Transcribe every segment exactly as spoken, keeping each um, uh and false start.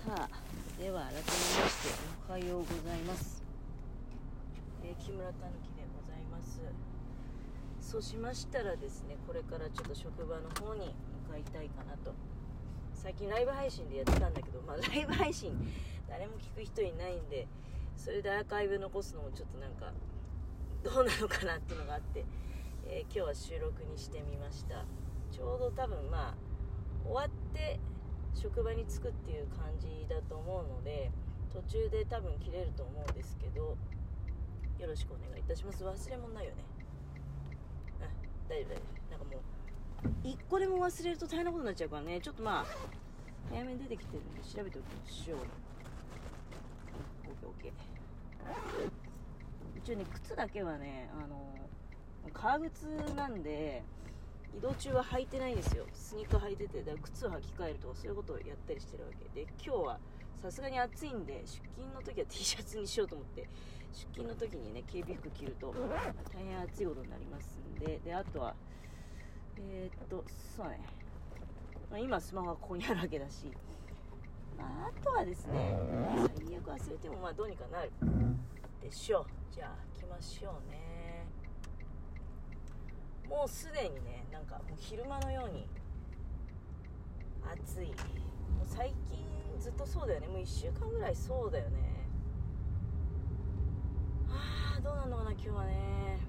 さあ、では改めましておはようございます、えー、木村たぬきでございます。そうしましたらですね、これからちょっと職場の方に向かいたいかなと。最近ライブ配信でやってたんだけど、まあライブ配信誰も聞く人いないんで、それでアーカイブ残すのもちょっとなんかどうなのかなっていうのがあって、えー、今日は収録にしてみました。ちょうど多分まあ終わって職場に着くっていう感じだと思うので、途中で多分切れると思うんですけど、よろしくお願いいたします。忘れ物ないよね。あ、大丈夫大丈夫。なんかもう一個でも忘れると大変なことになっちゃうからね。ちょっとまあ早めに出てきてるんで調べておきましょう。オッケーオッケー。一応ね、靴だけはね、あの革靴なんで移動中は履いてないんですよ。スニーカー履いてて、だから靴を履き替えるとかそういうことをやったりしてるわけで、今日はさすがに暑いんで出勤の時は T シャツにしようと思って、出勤の時にね警備服着ると大変暑いことになりますんで、であとはえー、っとそうね、まあ、今スマホはここにあるわけだし、まあ、あとはですね、最悪忘れてもまあどうにかなるでしょう。じゃあ行きましょうね。もうすでにね、なんかもう昼間のように暑い。もう最近ずっとそうだよね。もういっしゅうかんぐらいそうだよね。あー、どうなんのかな今日はね。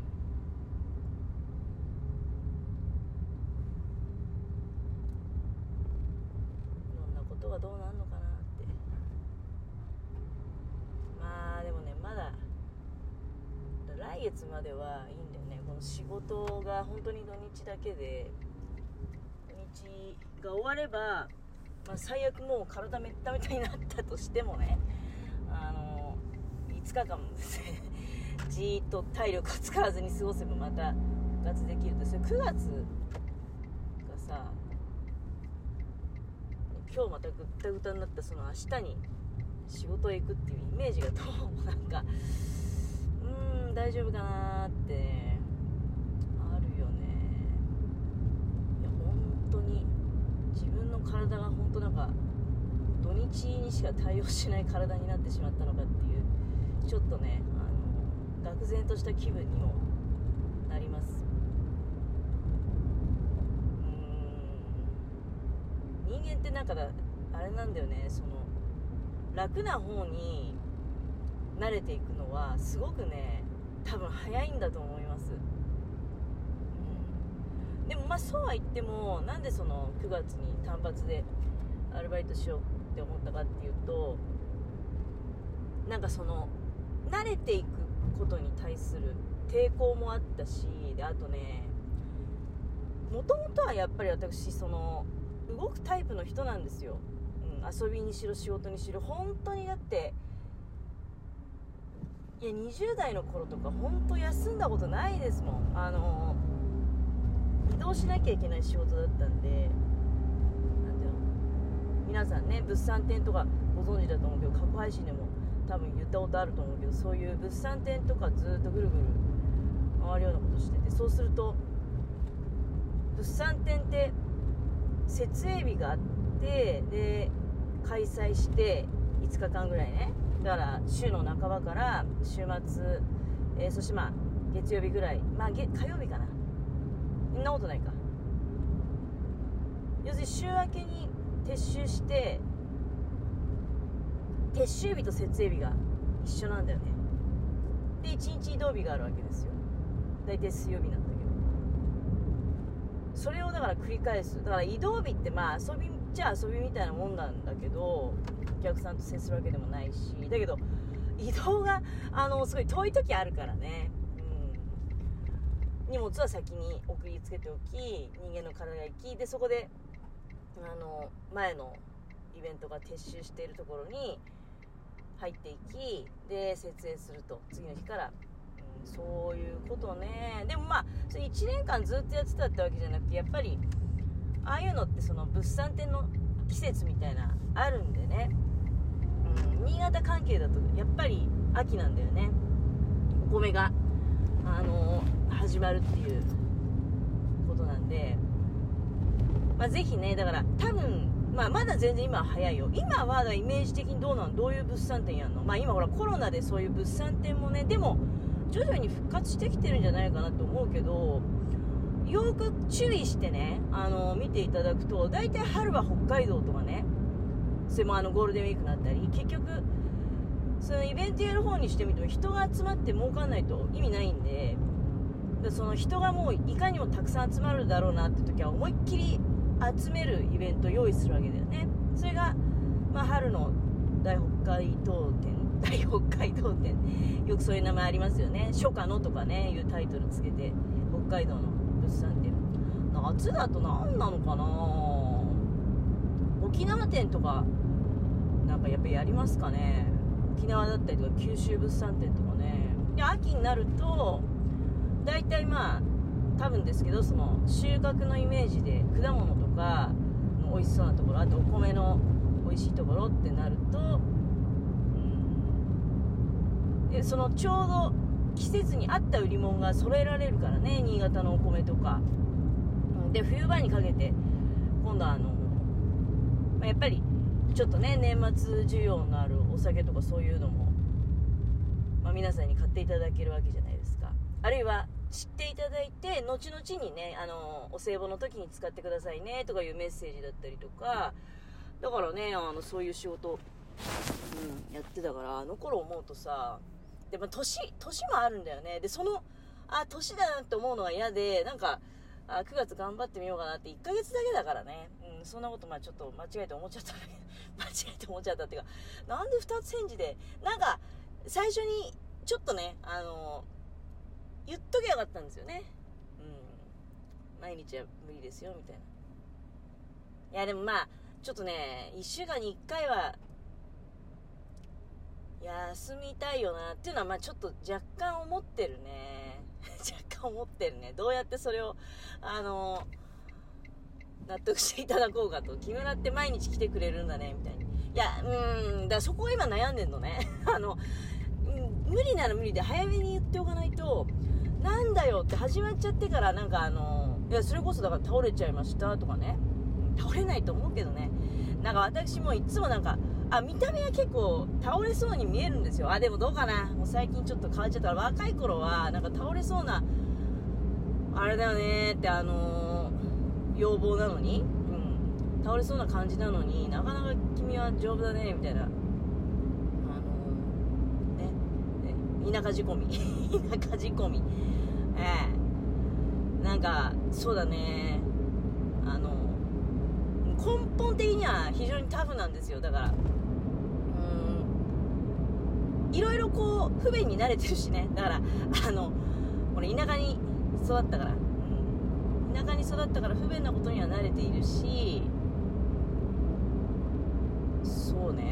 いろんなことがどうなんのかなって。まあでもね、まだ来月まではいいんだよね。この仕事が本当に土日だけで、土日が終われば、まあ、最悪もう体めっためたになったとしてもね、あのいつかかんですねじーっと体力を使わずに過ごせばまた復活できると。それくがつがさ、今日またぐったぐたになったその明日に仕事へ行くっていうイメージがどうもなんかうーん大丈夫かなーってあるよね。いや本当に自分の体が本当なんか土日にしか対応しない体になってしまったのかっていう、ちょっとねあの愕然とした気分にもなります。うーん人間ってなんかだあれなんだよね、その楽な方に慣れていくのはすごくね多分早いんだと思います、うん、でもまあそうは言っても、なんでそのくがつに単発でアルバイトしようって思ったかっていうと、なんかその慣れていくことに対する抵抗もあったし、であとね、もともとはやっぱり私その動くタイプの人なんですよ、うん、遊びにしろ仕事にしろ。本当にだっていやにじゅう代の頃とか本当休んだことないですもん。あの移動しなきゃいけない仕事だったんで、なんていうの、皆さんね物産展とかご存知だと思うけど、過去配信でも多分言ったことあると思うけど、そういう物産展とかずっとぐるぐる回るようなことしてて、そうすると物産展って設営日があって、で開催していつかかんぐらいね、だから週の半ばから週末、えー、そしてまあ月曜日ぐらい、まあ月火曜日かな、そんなことないか、要するに週明けに撤収して、撤収日と設営日が一緒なんだよね。でいちにち移動日があるわけですよ。だいたい水曜日なんだけど、それをだから繰り返す。だから移動日ってまあ遊びじゃあ遊びみたいなもんなんだけど、お客さんと接するわけでもないし、だけど移動があのすごい遠い時あるからね、うん、荷物は先に送りつけておき、人間の体が行き、でそこであの前のイベントが撤収しているところに入っていき、で設営すると次の日から、うん、そういうことね。でもまあそれいちねんかんずっとやってたってわけじゃなくて、やっぱりああいうのってその物産展の季節みたいなあるんでね、うん、新潟関係だとやっぱり秋なんだよね。お米が、あのー、始まるっていうことなんで、まあ、ぜひね、だから多分まあ、まだ全然今は早いよ。今はイメージ的にどうなの、どういう物産展やんの。まあ今ほらコロナでそういう物産展もね、でも徐々に復活してきてるんじゃないかなと思うけど、よく注意してね、あの見ていただくと、大体春は北海道とかね、それもあのゴールデンウィークになったり、結局そのイベントやる方にしてみても人が集まって儲かんないと意味ないんで、でその人がもういかにもたくさん集まるだろうなって時は思いっきり集めるイベントを用意するわけだよね。それが、まあ、春の大北海道展大北海道展、よくそういう名前ありますよね。初夏のとかねいうタイトルつけて、北海道の物産展。夏だと何なのかな、沖縄展とかなんかやっぱりやりますかね。沖縄だったりとか九州物産展とかね。で秋になると大体まあ多分ですけど、その収穫のイメージで果物とかの美味しそうなところ、あとお米の美味しいところってなると、うん、でそのちょうど季節に合った売り物が揃えられるからね、新潟のお米とかで、冬場にかけて今度はあの、まあ、やっぱりちょっとね年末需要のあるお酒とかそういうのも、まあ、皆さんに買っていただけるわけじゃないですか。あるいは知っていただいて後々にね、あのお歳暮の時に使ってくださいねとかいうメッセージだったりとか、だからね、あのそういう仕事、うん、やってたから、あの頃思うとさ、でも年年もあるんだよね。でそのあ年だなって思うのが嫌で、なんかあくがつ頑張ってみようかなっていっかげつだけだからね、うん、そんなことまあちょっと間違えて思っちゃった間違えて思っちゃったっていうか、なんでふたつ返事で、なんか最初にちょっとね、あの言っときゃよかったんですよね。うん、毎日は無理ですよみたいな。いやでもまあちょっとね、いっしゅうかんにいっかいは休みたいよなっていうのは、まあちょっと若干思ってるね若干思ってるね。どうやってそれをあの納得していただこうかと。木村って毎日来てくれるんだねみたいに。いや、うーん、だからそこを今悩んでんのねあの、うん、無理なら無理で早めに言っておかないと、なんだよって始まっちゃってから、なんかあのいやそれこそだから倒れちゃいましたとかね、倒れないと思うけどね、なんか私もいつもなんか、あ、見た目は結構倒れそうに見えるんですよ。あ、でもどうかな、もう最近ちょっと変わっちゃった。若い頃はなんか倒れそうなあれだよねって、あのー、要望なのに、うん、倒れそうな感じなのに、なかなか君は丈夫だねみたいな、あのー、ね、ね、田舎仕込み田舎仕込み、ええ、なんかそうだね、あの根本的には非常にタフなんですよ。だからいろいろこう不便に慣れてるしね。だからあの俺田舎に育ったから、うん、田舎に育ったから不便なことには慣れているし、そうね、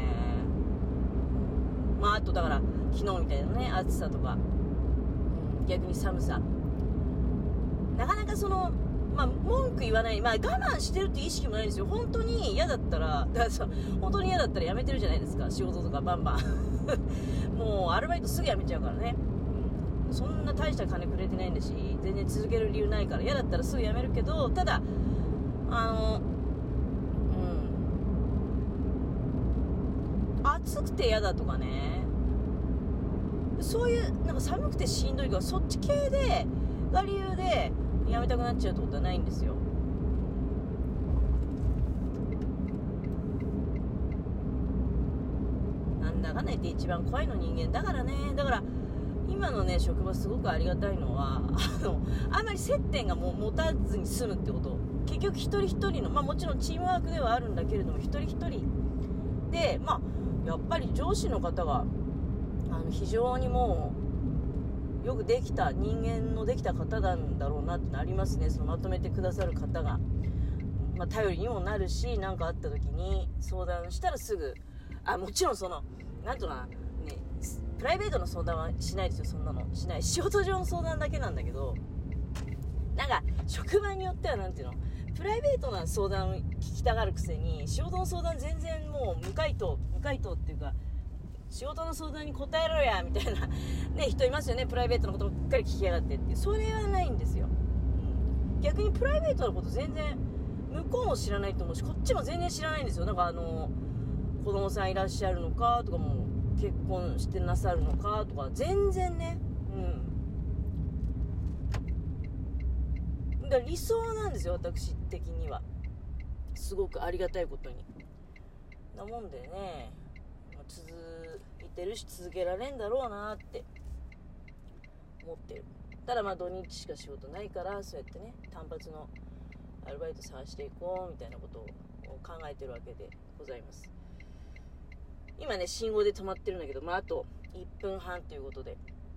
まああとだから昨日みたいなね暑さとか、うん、逆に寒さ、なかなかそのまあ文句言わない、まあ我慢してるって意識もないんですよ。本当に嫌だったら、だからさ、本当に嫌だったらやめてるじゃないですか、仕事とかバンバンもうアルバイトすぐ辞めちゃうからね、うん、そんな大した金くれてないんだし、全然続ける理由ないから、嫌だったらすぐ辞めるけど、ただあのうん暑くて嫌だとかね、そういうなんか寒くてしんどいとか、そっち系でが理由で辞めたくなっちゃうってことはないんですよ。なんだかんだ言って一番怖いの人間だからね。だから今のね職場すごくありがたいのは、あのあんまり接点がも持たずに済むってこと。結局一人一人の、まあもちろんチームワークではあるんだけれども、一人一人で、まあやっぱり上司の方があの非常にもうよくできた人間のできた方なんだろうなってなりますね。そのまとめてくださる方が、まあ、頼りにもなるし、何かあった時に相談したらすぐ、あ、もちろんそのなんとな、ね、プライベートの相談はしないですよ。そんなのしない。仕事上の相談だけなんだけど、なんか職場によってはなんていうの、プライベートな相談聞きたがるくせに仕事の相談全然もう無回答無回答っていうか、仕事の相談に答えろやみたいなね、人いますよね。プライベートのことばっかり聞きやがってっていう。それはないんですよ、うん、逆にプライベートのこと全然向こうも知らないと思うし、こっちも全然知らないんですよ。なんかあの子供さんいらっしゃるのかとか、も結婚してなさるのかとか全然ね、うん、だから理想なんですよ、私的には。すごくありがたいことになもんでね、続いてるし続けられんだろうなって思ってる。ただまあ土日しか仕事ないから、そうやってね単発のアルバイト探していこうみたいなことを考えてるわけでございます。今ね信号で止まってるんだけど、まああといっぷんはんということで、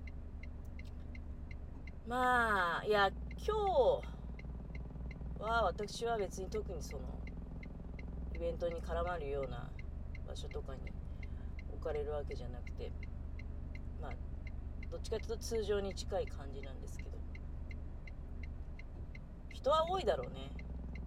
まあいや今日は私は別に特にそのイベントに絡まるような場所とかに置かれるわけじゃなくて、まあどっちかというと通常に近い感じなんですけど、人は多いだろうね。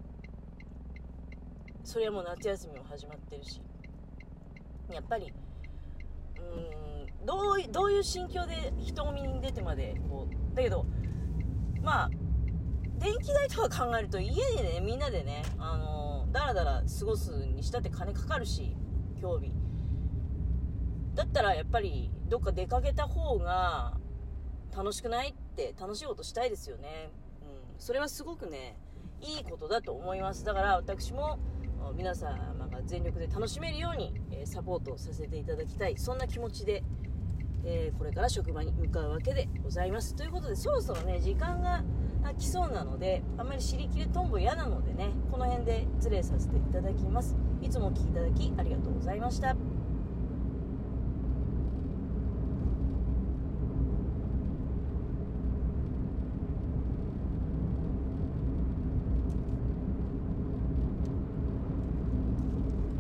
それはもう夏休みも始まってるし、やっぱりうーんどうどういう心境で人混みに出てまでこうだけど、まあ電気代とか考えると家でねみんなでねあのだらだら過ごすにしたって金かかるし、競技だったらやっぱりどっか出かけた方が楽しくないって、楽しいことしたいですよね、うん、それはすごくねいいことだと思います。だから私も皆様が全力で楽しめるようにサポートさせていただきたい、そんな気持ちで、えー、これから職場に向かうわけでございます。ということでそろそろね時間が来そうなので、あんまり尻切れトンボ嫌なのでね、この辺で失礼させていただきます。いつもお聞きいただきありがとうございました。